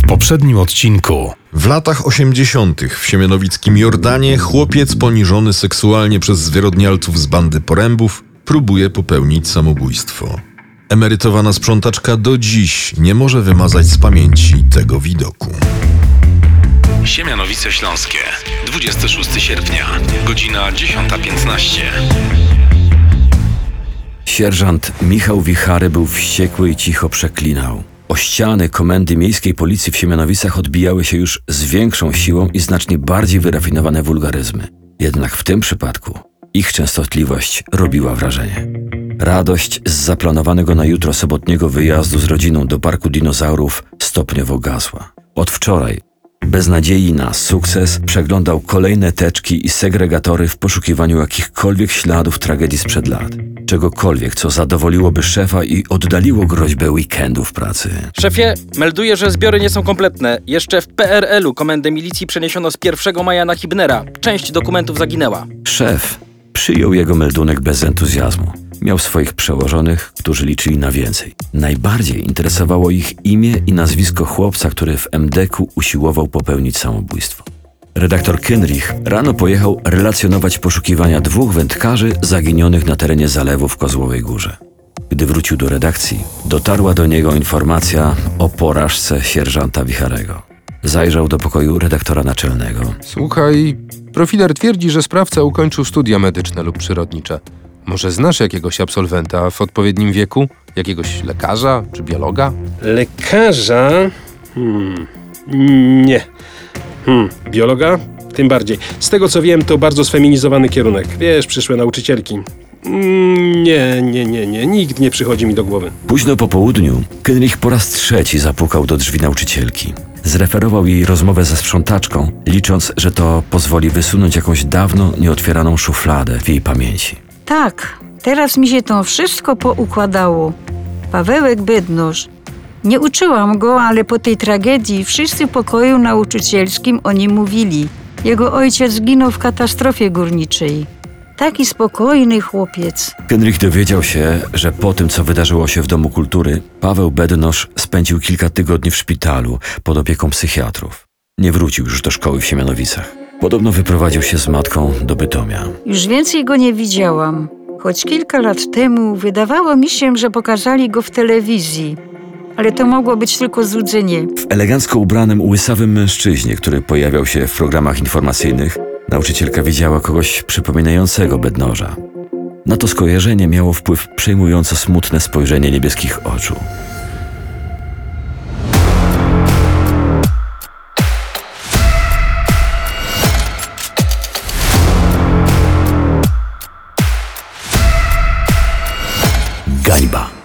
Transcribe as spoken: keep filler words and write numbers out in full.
poprzednim odcinku. W latach osiemdziesiątych w siemianowickim Jordanie chłopiec poniżony seksualnie przez zwyrodnialców z bandy porębów próbuje popełnić samobójstwo. Emerytowana sprzątaczka do dziś nie może wymazać z pamięci tego widoku. Siemianowice Śląskie, dwudziestego szóstego sierpnia, godzina dziesiąta piętnaście. Sierżant Michał Wichary był wściekły i cicho przeklinał. O ściany komendy miejskiej policji w Siemianowicach odbijały się już z większą siłą i znacznie bardziej wyrafinowane wulgaryzmy. Jednak w tym przypadku ich częstotliwość robiła wrażenie. Radość z zaplanowanego na jutro sobotniego wyjazdu z rodziną do Parku Dinozaurów stopniowo gasła. Od wczoraj, bez nadziei na sukces, przeglądał kolejne teczki i segregatory w poszukiwaniu jakichkolwiek śladów tragedii sprzed lat. Czegokolwiek, co zadowoliłoby szefa i oddaliło groźbę weekendów pracy. Szefie, melduję, że zbiory nie są kompletne. Jeszcze w P R L u komendę milicji przeniesiono z pierwszego maja na Hibnera. Część dokumentów zaginęła. Szef przyjął jego meldunek bez entuzjazmu. Miał swoich przełożonych, którzy liczyli na więcej. Najbardziej interesowało ich imię i nazwisko chłopca, który w M D K u usiłował popełnić samobójstwo. Redaktor Kynrich rano pojechał relacjonować poszukiwania dwóch wędkarzy zaginionych na terenie zalewu w Kozłowej Górze. Gdy wrócił do redakcji, dotarła do niego informacja o porażce sierżanta Wicharego. Zajrzał do pokoju redaktora naczelnego. Słuchaj, profiler twierdzi, że sprawca ukończył studia medyczne lub przyrodnicze. Może znasz jakiegoś absolwenta w odpowiednim wieku? Jakiegoś lekarza czy biologa? Lekarza? Hmm. Nie. Hmm. Biologa? Tym bardziej. Z tego co wiem, to bardzo sfeminizowany kierunek. Wiesz, przyszłe nauczycielki. Mm, nie, nie, nie, nie. Nikt nie przychodzi mi do głowy. Późno po południu Kynrich po raz trzeci zapukał do drzwi nauczycielki. Zreferował jej rozmowę ze sprzątaczką, licząc, że to pozwoli wysunąć jakąś dawno nieotwieraną szufladę w jej pamięci. Tak, teraz mi się to wszystko poukładało. Pawełek Bednosz. Nie uczyłam go, ale po tej tragedii wszyscy w pokoju nauczycielskim o nim mówili. Jego ojciec zginął w katastrofie górniczej. Taki spokojny chłopiec. Kynrich dowiedział się, że po tym, co wydarzyło się w Domu Kultury, Paweł Bednosz spędził kilka tygodni w szpitalu pod opieką psychiatrów. Nie wrócił już do szkoły w Siemianowicach. Podobno wyprowadził się z matką do Bytomia. Już więcej go nie widziałam. Choć kilka lat temu wydawało mi się, że pokazali go w telewizji. Ale to mogło być tylko złudzenie. W elegancko ubranym, łysawym mężczyźnie, który pojawiał się w programach informacyjnych, nauczycielka widziała kogoś przypominającego Bednosza. Na to skojarzenie miało wpływ przejmująco smutne spojrzenie niebieskich oczu. Gańba.